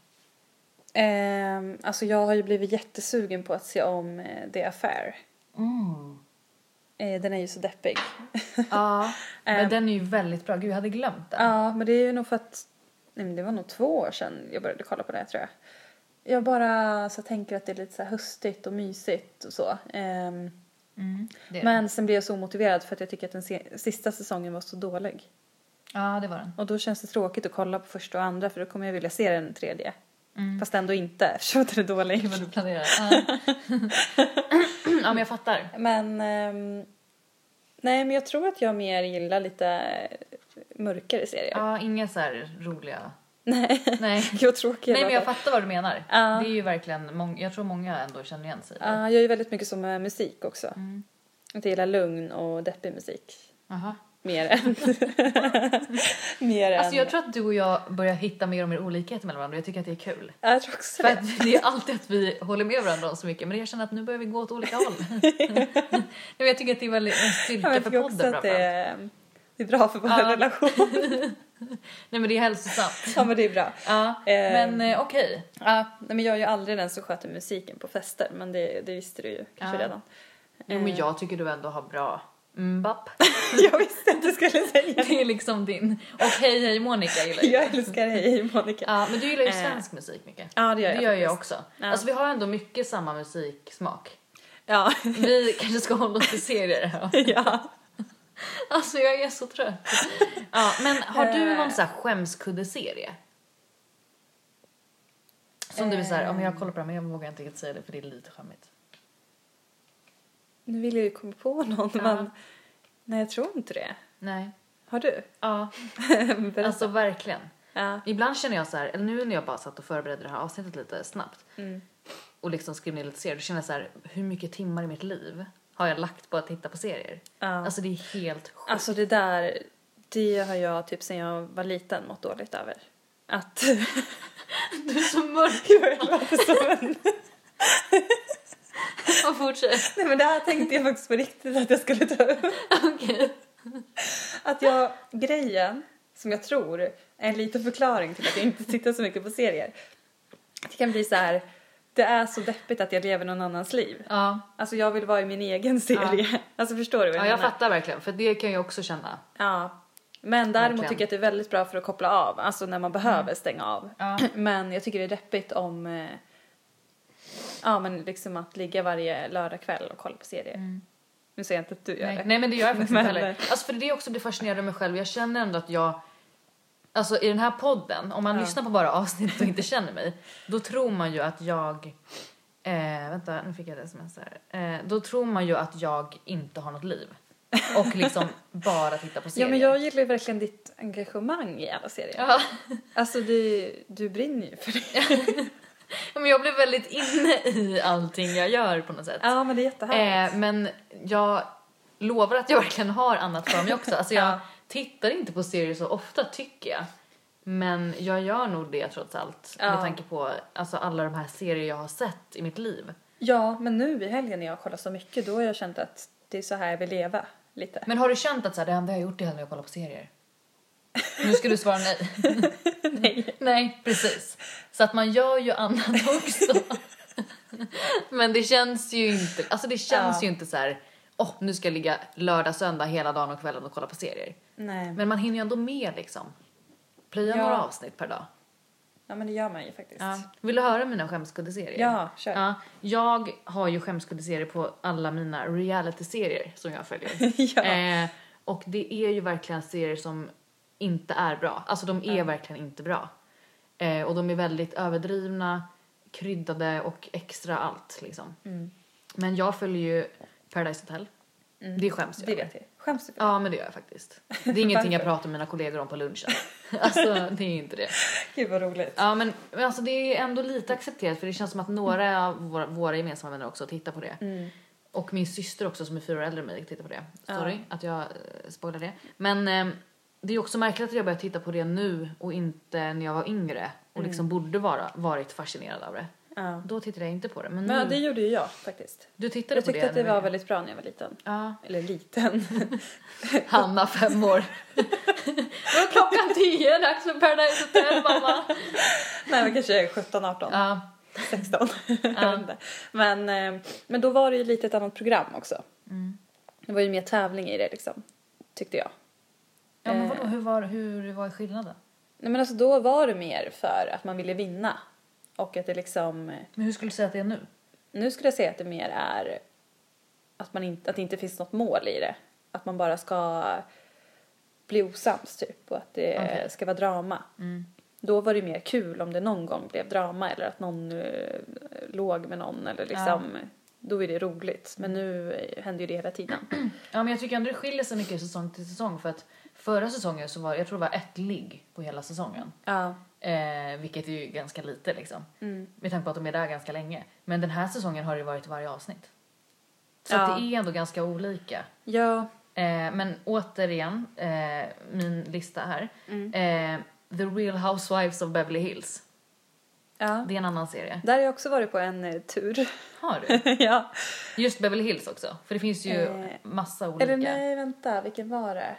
S1: Ehm, alltså jag har ju blivit jättesugen på att se om eh, The Affair.
S2: Mm.
S1: Eh, den är ju så deppig.
S2: Ja, men
S1: Ehm.
S2: den är ju väldigt bra. Gud, jag hade glömt den.
S1: Ja, men det är ju nog för att nej, men det var nog två år sedan jag började kolla på det, tror jag. Jag bara så tänker att det är lite så här höstigt och mysigt och så. Ehm,
S2: Mm, det är
S1: men sen blev jag så omotiverad för att jag tycker att den se- sista säsongen var så dålig.
S2: den. Ja, det var den.
S1: Och då känns det tråkigt att kolla på första och andra för då kommer jag vilja se den tredje.
S2: Mm.
S1: Fast ändå inte eftersom den är dålig.
S2: Vad du planerar. Ja. Ja, men jag fattar.
S1: Men ehm, nej, men jag tror att jag mer gillar lite mörkare serier.
S2: Ja, inga så här roliga...
S1: Nej,
S2: Nej.
S1: jag tråkiga
S2: Nej, men jag
S1: låtar.
S2: fattar vad du menar.
S1: Ja.
S2: Det är ju verkligen, mång- jag tror många ändå känner igen sig i det.
S1: Ja, jag gör ju väldigt mycket som med musik också.
S2: Mm.
S1: Att jag gillar lugn och deppig musik.
S2: Aha.
S1: Mer än... mer
S2: Alltså
S1: än...
S2: jag tror att du och jag börjar hitta mer och mer olikheter mellan varandra. Jag tycker att det är kul.
S1: Ja, jag tror också
S2: För
S1: det.
S2: att det är alltid att vi håller med varandra om så mycket. Men jag känner att nu börjar vi gå åt olika håll. Nej, men jag tycker att det är väldigt en
S1: Ja,
S2: styrka
S1: men jag
S2: för
S1: tycker också
S2: podden
S1: att det
S2: framförallt.
S1: är, det är bra för vår
S2: Ja.
S1: relation.
S2: Nej men det är hälsosamt.
S1: Ja, men det är bra.
S2: Ja,
S1: Ehm.
S2: men eh, okej.
S1: Ja, nej, men jag är ju aldrig den som sköter musiken på fester. Men det, det visste du ju kanske
S2: Ja.
S1: redan.
S2: Jo men jag tycker du ändå har bra mbap.
S1: Jag visste att du skulle säga det.
S2: Det är liksom din. Och hej hej Monica gillar ju.
S1: Jag älskar dig, Monica.
S2: Ja men du gillar ju
S1: Eh.
S2: svensk musik mycket.
S1: Ja, det gör jag
S2: Det gör jag
S1: faktiskt.
S2: också.
S1: Ja.
S2: Alltså vi har ändå mycket samma musiksmak.
S1: Ja.
S2: Vi kanske ska hålla oss till serier här.
S1: Ja.
S2: Alltså jag är så trött. Ja, men har du
S1: Eh.
S2: någon så här skämskuddeserie? Som du är så här, om jag kollar på det men jag vågar inte riktigt säga det för det är lite skämmigt.
S1: Nu vill jag ju komma på någon,
S2: Ja.
S1: men nej, jag tror inte det.
S2: Nej.
S1: Har du?
S2: Ja,
S1: Berätta.
S2: alltså verkligen.
S1: Ja.
S2: Ibland känner jag så här, eller nu när jag bara satt och förberedde det här avsnittet lite snabbt.
S1: Mm.
S2: och liksom skriver ner lite serier, då känner jag så här, hur mycket timmar i mitt liv har jag lagt på att titta på serier?
S1: Ja.
S2: Alltså det är helt sjukt.
S1: Alltså det där, det har jag typ sen jag var liten mått dåligt över. Att...
S2: Du är så mörk.
S1: Jag låter som en...
S2: Och fortsätt.
S1: Nej men det här tänkte jag faktiskt på riktigt att jag skulle ta upp.
S2: Okej.
S1: Att jag, grejen som jag tror är en liten förklaring till att jag inte tittar så mycket på serier. Det kan bli så här, det är så deppigt att jag lever någon annans liv.
S2: Ja.
S1: Alltså jag vill vara i min egen serie. Ja. Alltså förstår du vad
S2: Ja,
S1: jag
S2: jag
S1: menar?
S2: fattar verkligen, för det kan jag också känna.
S1: Ja. Men däremot
S2: Verkligen.
S1: tycker jag att det är väldigt bra för att koppla av. Alltså när man behöver stänga av.
S2: Ja.
S1: Men jag tycker det är deppigt om... eh, Ja men liksom att ligga varje lördagkväll och kolla på serier.
S2: Mm.
S1: Nu säger jag inte att du gör
S2: Nej,
S1: det.
S2: nej men det gör jag faktiskt
S1: Men-
S2: inte heller. Alltså för det är också blir fascinerad av mig själv. Jag känner ändå att jag, alltså i den här podden, om man
S1: Ja.
S2: lyssnar på bara avsnitt och inte känner mig, då tror man ju att jag, eh, vänta nu fick jag ett sms här. Eh, då tror man ju att jag inte har något liv. Och liksom bara titta på serier.
S1: Ja men jag gillar ju verkligen ditt engagemang i alla serier.
S2: Ja.
S1: Alltså du, du brinner ju för det.
S2: Ja, men jag blir väldigt inne i allting jag gör på något sätt.
S1: Ja men det är jättehärligt.
S2: Eh, men jag lovar att jag verkligen har annat för mig också. Alltså jag
S1: Ja.
S2: tittar inte på serier så ofta tycker jag. Men jag gör nog det trots allt.
S1: Ja.
S2: Med tanke på alltså, alla de här serier jag har sett i mitt liv.
S1: Ja men nu i helgen när jag kollar så mycket då har jag känt att det är så här jag vill leva lite.
S2: Men har du känt att så här, det enda jag har gjort är att kolla på serier? Nu ska du svara nej.
S1: Nej.
S2: Nej, precis. Så att man gör ju annat också. Men det känns ju inte, alltså det känns
S1: Ja.
S2: ju inte så här, åh, nu ska jag ligga lördag, söndag hela dagen och kvällen och kolla på serier.
S1: Nej.
S2: Men man hinner ju ändå med liksom. Plöja
S1: Ja.
S2: några avsnitt per dag.
S1: Ja men det gör man ju faktiskt.
S2: Ja. Vill du höra mina skämskuddeserier?
S1: Ja, kör.
S2: Ja, jag har ju skämskuddeserier på alla mina reality-serier som jag följer.
S1: Ja.
S2: Eh, och det är ju verkligen serier som inte är bra. Alltså de är
S1: Ja.
S2: verkligen inte bra. Eh, och de är väldigt överdrivna, kryddade och extra allt liksom.
S1: Mm.
S2: Men jag följer ju Paradise Hotel.
S1: Mm.
S2: Det skäms jag
S1: Det
S2: över.
S1: vet jag. Skäms du för?
S2: Ja, men det gör jag faktiskt. Det är ingenting jag
S1: Varför?
S2: pratar med mina kollegor om på lunchen. Alltså, det är inte det.
S1: Gud vad roligt.
S2: Ja, men men alltså, det är ändå lite accepterat för det känns som att några av våra, våra gemensamma vänner också tittar på det.
S1: Mm.
S2: Och min syster också som är fyra år äldre än mig tittar på det.
S1: Ja.
S2: Sorry att jag eh, spoilar det. Men eh, det är också märkligt att jag börjar titta på det nu och inte när jag var yngre. Och
S1: Mm.
S2: liksom borde vara varit fascinerad av det.
S1: Ja.
S2: Då tittade jag inte på det. Men,
S1: Men
S2: nu,
S1: ja, det gjorde ju jag faktiskt.
S2: du tittade
S1: Jag
S2: på
S1: tyckte
S2: det
S1: att det
S2: nu.
S1: var väldigt bra när jag var liten.
S2: Ja.
S1: Eller liten.
S2: Hanna, fem år. Nu är klockan tio, dags för Paradise Hotel, mamma.
S1: Nej men kanske sjutton, arton,
S2: Ja.
S1: sexton. Jag
S2: Ja.
S1: vet inte. Men, eh, men då var det ju lite ett annat program också.
S2: Mm.
S1: Det var ju mer tävling i det liksom. Tyckte jag.
S2: Ja, men
S1: Eh.
S2: vadå, hur var, hur var skillnaden?
S1: Nej men alltså då var det mer för att man ville vinna. Och att det liksom...
S2: Men hur skulle du säga att det är nu?
S1: Nu skulle jag säga att det mer är att, man inte, att det inte finns något mål i det. Att man bara ska bli osams typ. Och att det
S2: Okej.
S1: ska vara drama.
S2: Mm.
S1: Då var det mer kul om det någon gång blev drama. Eller att någon uh, låg med någon. Eller liksom, då är det roligt. Men nu eh, händer ju det hela tiden.
S2: Ja, men jag tycker ändå det skiljer sig mycket säsong till säsong. För att förra säsongen så var jag tror det var ett ligg på hela säsongen.
S1: Ja.
S2: Eh, vilket är ju ganska lite liksom.
S1: Mm.
S2: Med tanke på att de är där ganska länge. Men den här säsongen har det varit varje avsnitt. Så
S1: Ja.
S2: att det är ändå ganska olika.
S1: Ja.
S2: Eh, men återigen, eh, min lista här.
S1: Mm.
S2: Eh, The Real Housewives of Beverly Hills.
S1: Ja.
S2: Det är en annan serie.
S1: Där har jag också varit på en eh, tur.
S2: Har du?
S1: Ja.
S2: Just Beverly Hills också. För det finns ju
S1: Eh,
S2: massa olika.
S1: Eller nej, vänta. Vilken var det?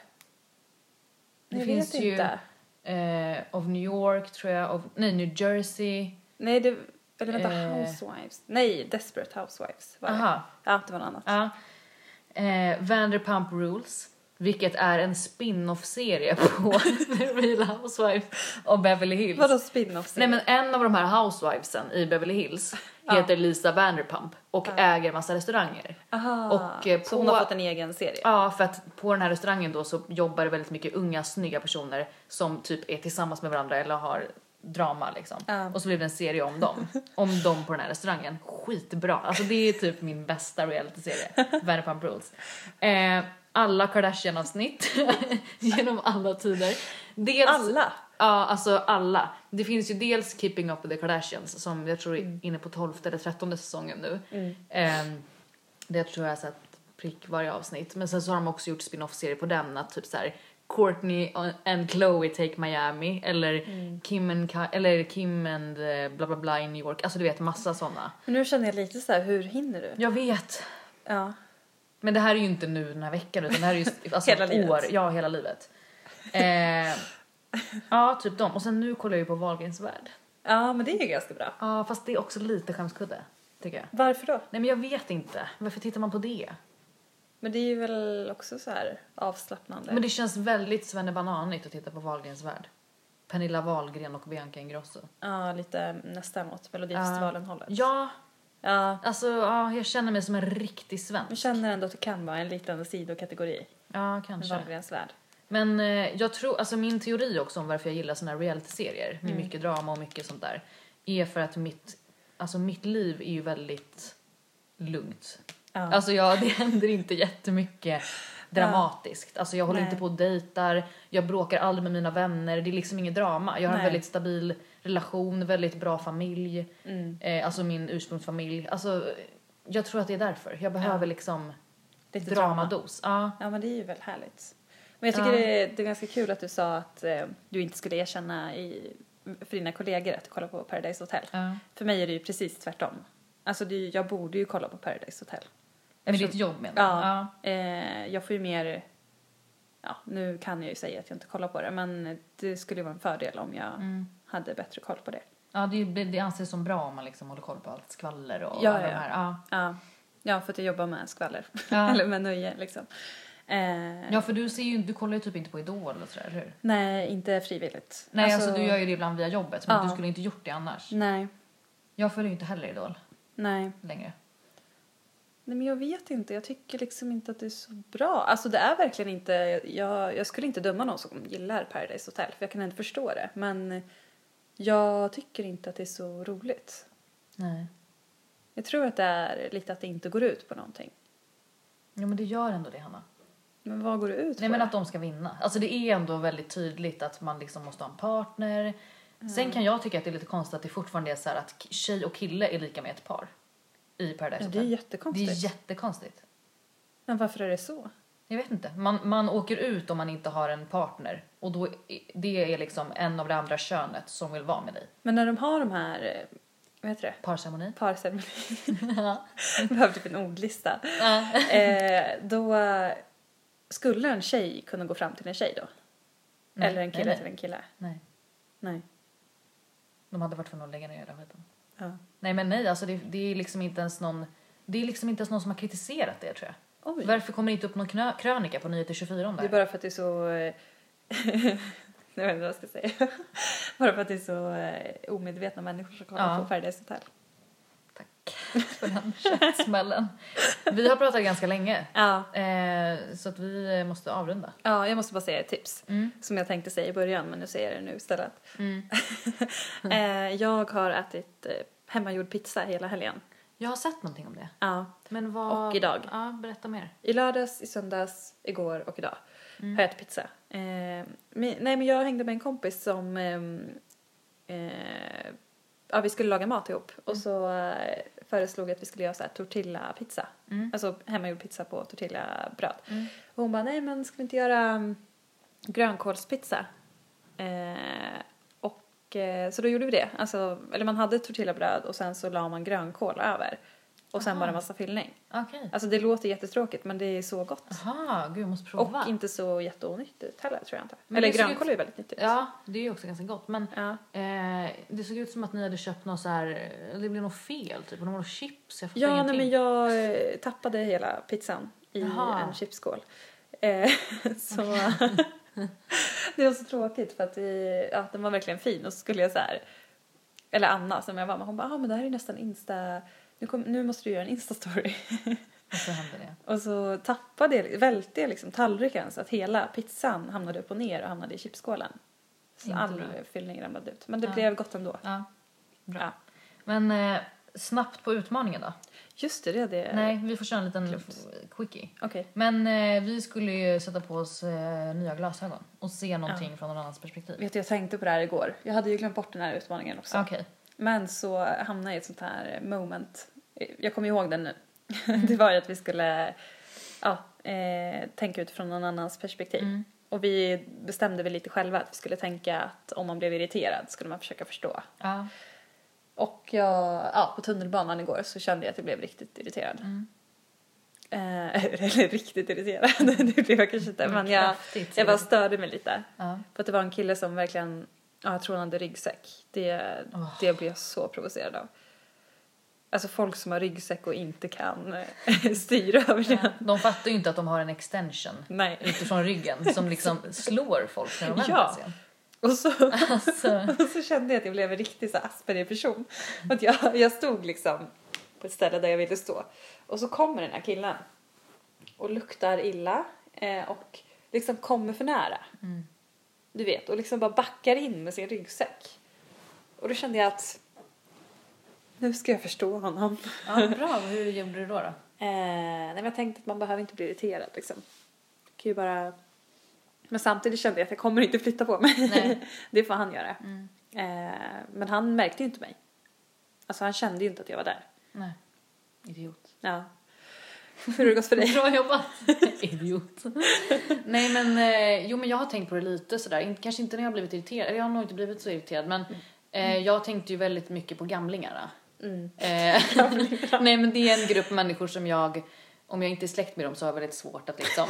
S2: Det
S1: jag
S2: finns
S1: vet
S2: ju-
S1: inte.
S2: Eh, of New York tror jag. Of, nej, New Jersey.
S1: Nej, det... Eller vänta,
S2: Eh.
S1: Housewives. Nej, Desperate Housewives var det.
S2: Aha.
S1: Ja, det var något annat.
S2: Ja. Eh, Vanderpump Rules. Vilket är en spin-off-serie på The Real Housewives of Beverly Hills.
S1: Vadå spin-off?
S2: Nej, men en av de här housewivesen i Beverly Hills
S1: Ja.
S2: heter Lisa Vanderpump och
S1: Ja.
S2: äger massa restauranger.
S1: Aha.
S2: och, eh,
S1: Så hon
S2: på-
S1: har fått en egen serie?
S2: Ja, för att på den här restaurangen då så jobbar det väldigt mycket unga, snygga personer som typ är tillsammans med varandra eller har drama liksom.
S1: Ja.
S2: Och så blev det en serie om dem. Om dem på den här restaurangen. Skitbra. Alltså det är typ min bästa reality-serie. Vanderpump Rules. Eh, alla Kardashian-avsnitt genom alla tider. Dels,
S1: Alla?
S2: Ja, alltså alla. Det finns ju dels Keeping Up with the Kardashians som jag tror är inne på tolfte eller trettonde säsongen nu.
S1: Mm.
S2: Eh, det jag tror jag har sett prick varje avsnitt. Men sen så har de också gjort spin-off-serier på den. Att typ så här Kourtney and Khloe take Miami. Eller
S1: Mm.
S2: Kim and Ka- eller Kim and eh, bla bla bla i New York. Alltså du vet, massa sådana.
S1: Men nu känner jag lite så här, hur hinner du?
S2: Jag vet.
S1: Ja.
S2: Men det här är ju inte nu den här veckan. Utan det här är ju alltså
S1: Hela
S2: ett
S1: livet.
S2: år. Ja, hela livet. Eh, ja, typ dem. Och sen nu kollar jag ju på Wahlgrens värld.
S1: Ja, men det är ju ganska bra.
S2: Ja, fast det är också lite skämskudde, tycker jag.
S1: Varför då?
S2: Nej, men jag vet inte. Varför tittar man på det?
S1: Men det är ju väl också så här avslappnande.
S2: Men det känns väldigt svennebananigt att titta på Wahlgrens värld. Pernilla Wahlgren och Bianca Ingrosso.
S1: Ja, lite nästan åt Melodifestivalen-hållet.
S2: Ja,
S1: Ja,
S2: alltså ja, jag känner mig som en riktig
S1: men
S2: svensk.
S1: känner ändå att det kan vara en liten sidokategori.
S2: Ja,
S1: Med
S2: kanske.
S1: Wahlgrens värld.
S2: Men eh, jag tror, alltså min teori också om varför jag gillar såna här reality-serier med
S1: Mm.
S2: mycket drama och mycket sånt där är för att mitt, alltså mitt liv är ju väldigt lugnt.
S1: Ja.
S2: Alltså jag, det händer inte jättemycket dramatiskt. Alltså jag håller
S1: Nej.
S2: inte på och dejtar, jag bråkar aldrig med mina vänner, det är liksom ingen drama. Jag har
S1: Nej.
S2: en väldigt stabil relation, väldigt bra familj,
S1: Mm.
S2: eh, alltså min ursprungsfamilj. Alltså jag tror att det är därför. Jag behöver liksom
S1: Lite drama.
S2: dramados. Ja.
S1: Ja, men det är ju väl härligt. Men jag tycker
S2: Ja.
S1: det, är, det är ganska kul att du sa att eh, du inte skulle erkänna i, för dina kollegor att du kollar på Paradise Hotel.
S2: Ja.
S1: För mig är det ju precis tvärtom. Alltså det, är ju- jag borde ju kolla på Paradise Hotel.
S2: Med
S1: Eftersom-
S2: ditt jobb menar du?
S1: Ja. Eh, jag får ju mer... Ja, nu kan jag ju säga att jag inte kollar på det. Men det skulle ju vara en fördel om jag
S2: Mm.
S1: hade bättre koll på det.
S2: Ja, det, det, det anses som bra om man liksom håller koll på allt skvaller och
S1: Ja,
S2: alla
S1: ja,
S2: de
S1: ja.
S2: här. Ja.
S1: Ja, ja för att jag jobbar med skvaller.
S2: Ja.
S1: Eller med nöje liksom. Eh,
S2: Ja, för du ser ju, du kollar ju typ inte på Idol och sådär, eller hur?
S1: Nej, inte frivilligt.
S2: Nej, alltså, du gör ju det ibland via jobbet, men
S1: Ja.
S2: du skulle inte gjort det annars.
S1: Nej,
S2: Jag följer ju inte heller Idol
S1: nej.
S2: längre.
S1: Nej, men jag vet inte. Jag tycker liksom inte att det är så bra. Alltså det är verkligen inte... Jag, jag skulle inte döma någon som gillar Paradise Hotel. För jag kan inte förstå det. Men jag tycker inte att det är så roligt.
S2: Nej.
S1: Jag tror att det är lite att det inte går ut på någonting.
S2: Ja, men det gör ändå det, Hanna.
S1: Men vad går det ut
S2: Nej,
S1: på?
S2: men att de ska vinna. Alltså det är ändå väldigt tydligt att man liksom måste ha en partner. Sen kan jag tycka att det är lite konstigt att det fortfarande är så här att tjej och kille är lika med ett par i Paradise
S1: Ja, det är
S2: Hotel.
S1: jättekonstigt.
S2: Det är jättekonstigt.
S1: Men varför är det så?
S2: Jag vet inte. Man, man åker ut om man inte har en partner. Och då är, det är liksom en av det andra könet som vill vara med dig.
S1: Men när de har de här... eh, Vad heter det?
S2: Parceremoni.
S1: Parceremoni. Behöver typ en ordlista. eh, då eh, skulle en tjej kunna gå fram till en tjej då?
S2: Nej,
S1: Eller en kille
S2: nej, nej.
S1: till en kille?
S2: Nej.
S1: Nej.
S2: De hade varit tvungna att lägga ner hela skiten.
S1: Ja.
S2: Nej, men nej. Alltså det, det är liksom inte ens någon... Det är liksom inte ens någon som har kritiserat det, tror jag.
S1: Oj.
S2: Varför kommer det inte upp någon knö, krönika på Nyheter tjugofyra om det
S1: Det är
S2: här?
S1: bara för att det är så... eh, jag vet inte vad jag ska säga. Bara för att det är så eh, omedvetna människor som kollar
S2: Ja.
S1: på Paradise Hotel.
S2: Tack för den käftsmällen. Vi har pratat ganska länge.
S1: Ja.
S2: Eh, så att vi måste avrunda.
S1: Ja, jag måste bara säga ett tips.
S2: Mm.
S1: Som jag tänkte säga i början, men nu säger jag det nu istället.
S2: Mm.
S1: eh, jag har ätit eh, hemmagjord pizza hela helgen.
S2: Jag har sett någonting om det.
S1: Ja.
S2: Men vad...
S1: Och idag.
S2: Ja, berätta mer.
S1: I lördags, i söndags, igår och idag
S2: Mm.
S1: har jag ätit pizza. Eh, men, nej, men jag hängde med en kompis som... ehm, eh, ja, vi skulle laga mat ihop. Och så eh, föreslog jag att vi skulle göra så här tortilla-pizza.
S2: Mm.
S1: Alltså hemmagjord pizza på tortillabröd.
S2: Mm.
S1: Och hon bara, nej men ska vi inte göra mm, grönkålspizza? Eh, och eh, så då gjorde vi det. Alltså, eller man hade tortillabröd och sen så la man grönkål över. Och sen
S2: Aha.
S1: bara en massa fyllning.
S2: Okej.
S1: Alltså det låter jättetråkigt men det är så gott.
S2: Aha, gud jag måste prova.
S1: Och inte så jätteonyttigt heller tror jag inte.
S2: Men
S1: Eller
S2: det såg
S1: grönkål är ju väldigt nyttigt.
S2: Ja, det är ju också ganska gott. Men
S1: Ja.
S2: eh, det såg ut som att ni hade köpt något så här... Det blev något fel, typ. Och de var något chips. Jag fattar
S1: Ja, nej,
S2: ingenting.
S1: men jag eh, tappade hela pizzan i
S2: Jaha.
S1: en chipsskål. Eh, så det var så tråkigt för att vi, ja, den var verkligen fin och så skulle jag så här, eller Anna som jag var med, hon bara, ah, men det här är nästan Insta, nu, kom, nu måste du göra en Insta-story.
S2: Och så hände det.
S1: Och så tappade jag, välte jag liksom tallriken så att hela pizzan hamnade upp och ner och hamnade i chipsskålen. Så
S2: Inte
S1: all
S2: bra.
S1: fyllning ramlade ut. Men det
S2: Ja.
S1: blev gott ändå.
S2: Ja, bra.
S1: Ja.
S2: Men eh, snabbt på utmaningen då.
S1: Just det, det är det.
S2: Nej, vi får köra en liten quickie.
S1: Okej. Okay.
S2: Men eh, vi skulle ju sätta på oss eh, nya glasögon och se någonting ja. från någon annans perspektiv.
S1: Vet du, jag tänkte på det här igår. Jag hade ju glömt bort den här utmaningen också.
S2: Okej. Okay.
S1: Men så hamnade jag i ett sånt här moment. Jag kommer ihåg den nu. Mm. Det var ju att vi skulle ja, eh, tänka utifrån någon annans perspektiv. Mm. Och vi bestämde väl lite själva att vi skulle tänka att om man blev irriterad skulle man försöka förstå.
S2: Ja.
S1: Och jag, ja, på tunnelbanan igår så kände jag att jag blev riktigt irriterad.
S2: Mm.
S1: Eh, eller riktigt irriterad, det blev jag kanske inte. Men jag, jag bara störde mig lite.
S2: Ja.
S1: För att det var en kille som verkligen, ja, jag tror han hade ryggsäck. Det, oh. det blev jag så provocerad av. Alltså folk som har ryggsäck och inte kan styra över den.
S2: Ja, de fattar ju inte att de har en extension
S1: Nej.
S2: utifrån ryggen som liksom slår folk när de vänder
S1: ja.
S2: sig.
S1: Och så,
S2: alltså.
S1: och så kände jag att jag blev en riktig så Asperger-person. Att jag, jag stod liksom på ett ställe där jag ville stå. Och så kommer den här killen och luktar illa eh, och liksom kommer för nära.
S2: Mm.
S1: Du vet, och liksom bara backar in med sin ryggsäck. Och då kände jag att nu ska jag förstå honom.
S2: Ja, bra. Hur gjorde du då då?
S1: Eh, nej, men jag tänkte att man behöver inte bli irriterad liksom. Kan ju bara... Men samtidigt kände jag att jag kommer inte flytta på mig. Nej. Det får han göra.
S2: Mm.
S1: Eh, men han märkte ju inte mig. Alltså han kände ju inte att jag var där.
S2: Nej. Idiot.
S1: Ja. Hur har det gått för dig?
S2: Bra jobbat. Idiot. Nej men, eh, jo men jag har tänkt på det lite sådär. Kanske inte när jag har blivit irriterad. Jag har nog inte blivit så irriterad. Men eh, jag tänkte ju väldigt mycket på gamlingarna.
S1: Mm.
S2: Eh, nej men det är en grupp människor som jag, om jag inte är släkt med dem så har jag väldigt svårt att liksom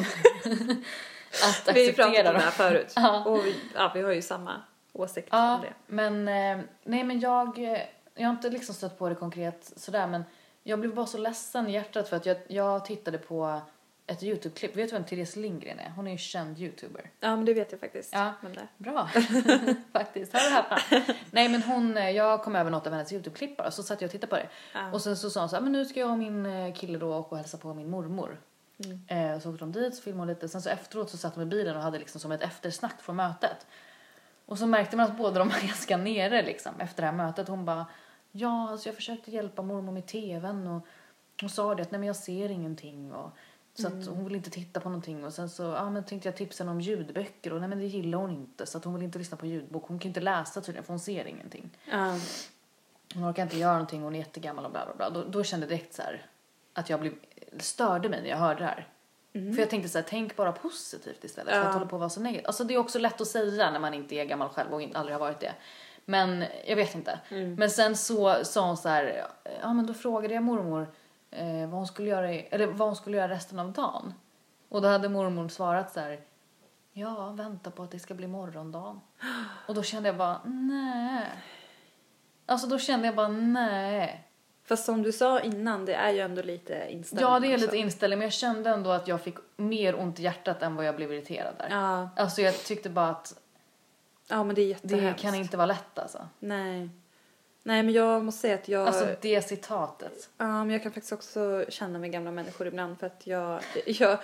S2: att
S1: vi
S2: acceptera
S1: pratade om
S2: dem.
S1: det här förut.
S2: Ja.
S1: Och vi, ja, vi har ju samma åsikt
S2: ja,
S1: om det.
S2: Men eh, nej men jag jag har inte liksom stött på det konkret sådär, men jag blev bara så ledsen i hjärtat för att jag, jag tittade på ett YouTube-klipp. Vet du vem Therese Lindgren är? Hon är ju känd YouTuber.
S1: Ja, men det vet jag faktiskt.
S2: Ja,
S1: men det.
S2: Bra. Faktiskt. Har du hört? Nej, men hon, jag kom över något av hennes YouTube-klipp bara, så satt jag och tittade på det.
S1: Ja.
S2: Och sen så sa hon så här, men nu ska jag och min kille då och hälsa på min mormor.
S1: Mm.
S2: Eh, så åkte de dit, så filmade hon lite. Sen så efteråt så satt de i bilen och hade liksom som ett eftersnack från mötet. Och så märkte man att båda de var ganska nere liksom efter det här mötet. Hon bara, ja, alltså jag försökte hjälpa mormor med tvn och hon sa det att nej men jag ser ingenting och så
S1: mm.
S2: att hon vill inte titta på någonting och sen så ja men tänkte jag tipsa henne om ljudböcker och nej men det gillar hon inte så att hon vill inte lyssna på ljudbok, hon kan inte läsa tydligen för hon ser ingenting.
S1: Ja.
S2: Hon orkar inte göra någonting, hon är jättegammal och bla bla bla. Då, då kände jag direkt så här att jag blev störde mig när jag hörde det här. Mm. För jag tänkte så här, tänk bara positivt istället för
S1: ja.
S2: att hålla på att vara så negativt. Alltså det är också lätt att säga när man inte är gammal själv och aldrig har varit det. Men jag vet inte. Mm. Men sen så sa hon så här, ja men då frågade jag mormor eh, vad hon skulle göra i, eller vad hon skulle göra resten av dagen. Och då hade mormor svarat så här, ja, vänta på att det ska bli morgondagen. Och då kände jag bara, nej. Alltså då kände jag bara, nej.
S1: Fast som du sa innan, det är ju ändå lite inställning.
S2: Ja, det är
S1: också.
S2: lite inställning. Men jag kände ändå att jag fick mer ont i hjärtat än vad jag blev irriterad där.
S1: Ja.
S2: Alltså jag tyckte bara att
S1: ja, men det är jättehemskt.
S2: det kan inte vara lätt alltså.
S1: Nej. Nej, men jag måste säga att jag...
S2: Alltså det citatet.
S1: Ja, men jag kan faktiskt också känna med gamla människor ibland för att jag... jag...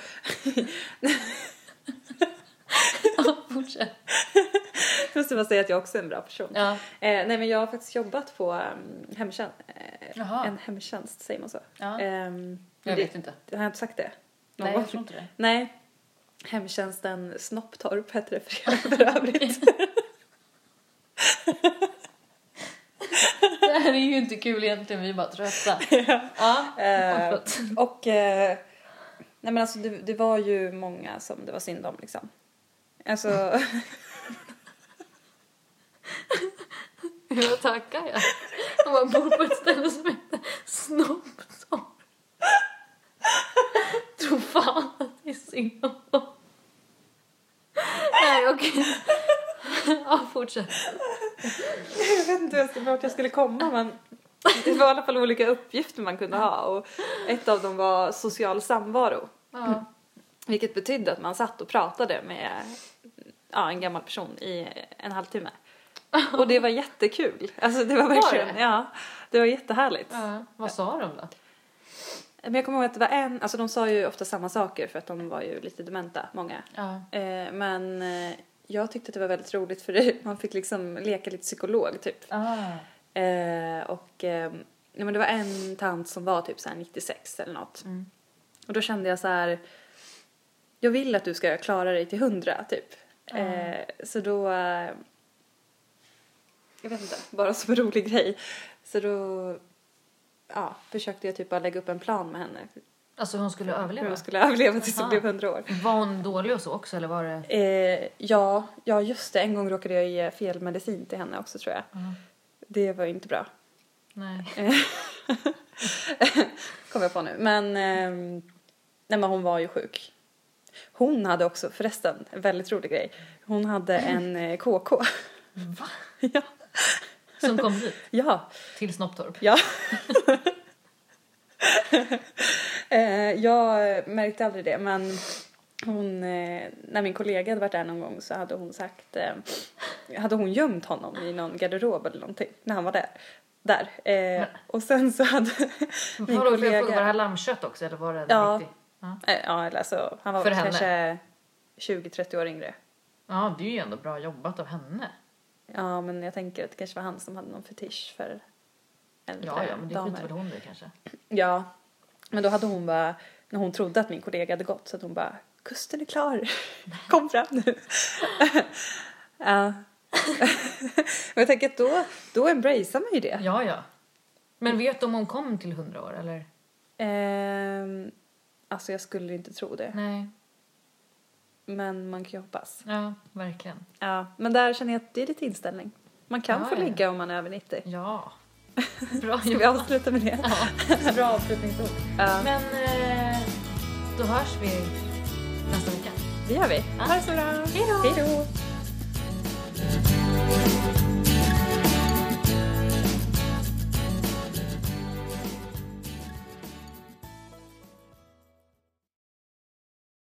S2: Ja, fortsätt.
S1: Jag måste bara säga att jag också är en bra person.
S2: Ja.
S1: Eh, nej, men jag har faktiskt jobbat på um, hemtjänst. Eh, en hemtjänst, säger man så?
S2: Ja.
S1: Eh,
S2: jag vet inte.
S1: Har jag inte sagt det? Någon
S2: Nej,
S1: gång?
S2: jag tror inte det.
S1: Nej. Hemtjänsten Snopptorp heter det för, för övrigt.
S2: Det här är ju inte kul egentligen, vi är bara trötta.
S1: Ja.
S2: Ja.
S1: Eh, och eh, nej men alltså det, det var ju många som det var synd om liksom. Alltså
S2: jag tackar jag. Och man bor på ett ställe som heter Snopptorp. Tror fan att det är synd om dem. Nej, okej. Ja, fortsätt.
S1: jag vet inte vart jag skulle komma, men det var i alla fall olika uppgifter man kunde ha och ett av dem var social samvaro.
S2: Ja.
S1: Vilket betydde att man satt och pratade med ja, en gammal person i en halvtimme. Och det var jättekul. Alltså det var verkligen,
S2: var det?
S1: ja, det var jättehärligt.
S2: Ja. Vad sa de då?
S1: Men jag kommer ihåg att det var en, alltså de sa ju ofta samma saker för att de var ju lite dementa, många.
S2: Ja.
S1: Eh, men eh, jag tyckte att det var väldigt roligt för det, man fick liksom leka lite psykolog typ.
S2: Ah.
S1: Eh, och eh, ja, men det var en tant som var typ så här nittiosex eller något.
S2: Mm.
S1: Och då kände jag så här, jag vill att du ska klara dig till hundra typ.
S2: Mm.
S1: Eh, så då, eh, jag vet inte, bara som en rolig grej. Så då, ja, försökte jag typ bara lägga upp en plan med henne.
S2: Alltså hon skulle överleva?
S1: Hur hon skulle överleva tills hon
S2: Aha.
S1: blev hundra år.
S2: Var hon dålig och så också eller var det?
S1: Eh, ja, ja, just det. En gång råkade jag ge fel medicin till henne också tror jag.
S2: Mm.
S1: Det var ju inte bra.
S2: Nej.
S1: Kommer jag på nu. Men, eh, nej, men hon var ju sjuk. Hon hade också, förresten, en väldigt rolig grej. Hon hade en eh, K K.
S2: Va?
S1: Ja.
S2: Som kom dit?
S1: Ja.
S2: Till Snopptorp?
S1: Ja. eh, jag märkte aldrig det, men hon, eh, när min kollega hade varit där någon gång så hade hon sagt, eh, hade hon gömt honom i någon garderob eller någonting när han var där. Där. Eh, och sen så hade min
S2: Var,
S1: kollega...
S2: var det här lammkött också eller var det
S1: Ja.
S2: riktigt? Ja.
S1: Eh, ja, eller alltså, han var
S2: För
S1: väl
S2: henne?
S1: kanske tjugo trettio år yngre.
S2: Ja, det är ju ändå bra jobbat av henne.
S1: Ja, men jag tänker att det kanske var han som hade någon fetisch för äldre
S2: Ja, ja, men det
S1: damer.
S2: skiter väl hon i kanske.
S1: Ja, men då hade hon bara, när hon trodde att min kollega hade gått så att hon bara, kusten är klar, kom fram nu. Ja. Men jag tänker att då, då embracear man ju det.
S2: Ja, ja. Men vet du om hon kom till hundra år eller?
S1: Ehm, alltså jag skulle inte tro det,
S2: Nej.
S1: men man kan ju hoppas.
S2: Ja, verkligen.
S1: Ja, men där känner jag att det är lite inställning. Man kan
S2: Ja,
S1: få
S2: ja.
S1: ligga om man är över nittio.
S2: Ja. Bra
S1: Ska vi avsluta med det?
S2: Ja, bra avslutningsord.
S1: Ja,
S2: Men eh, då hörs vi nästa vecka.
S1: det gör vi.
S2: Ja.
S1: Ha det så bra.
S2: Hej då!
S1: Hej då.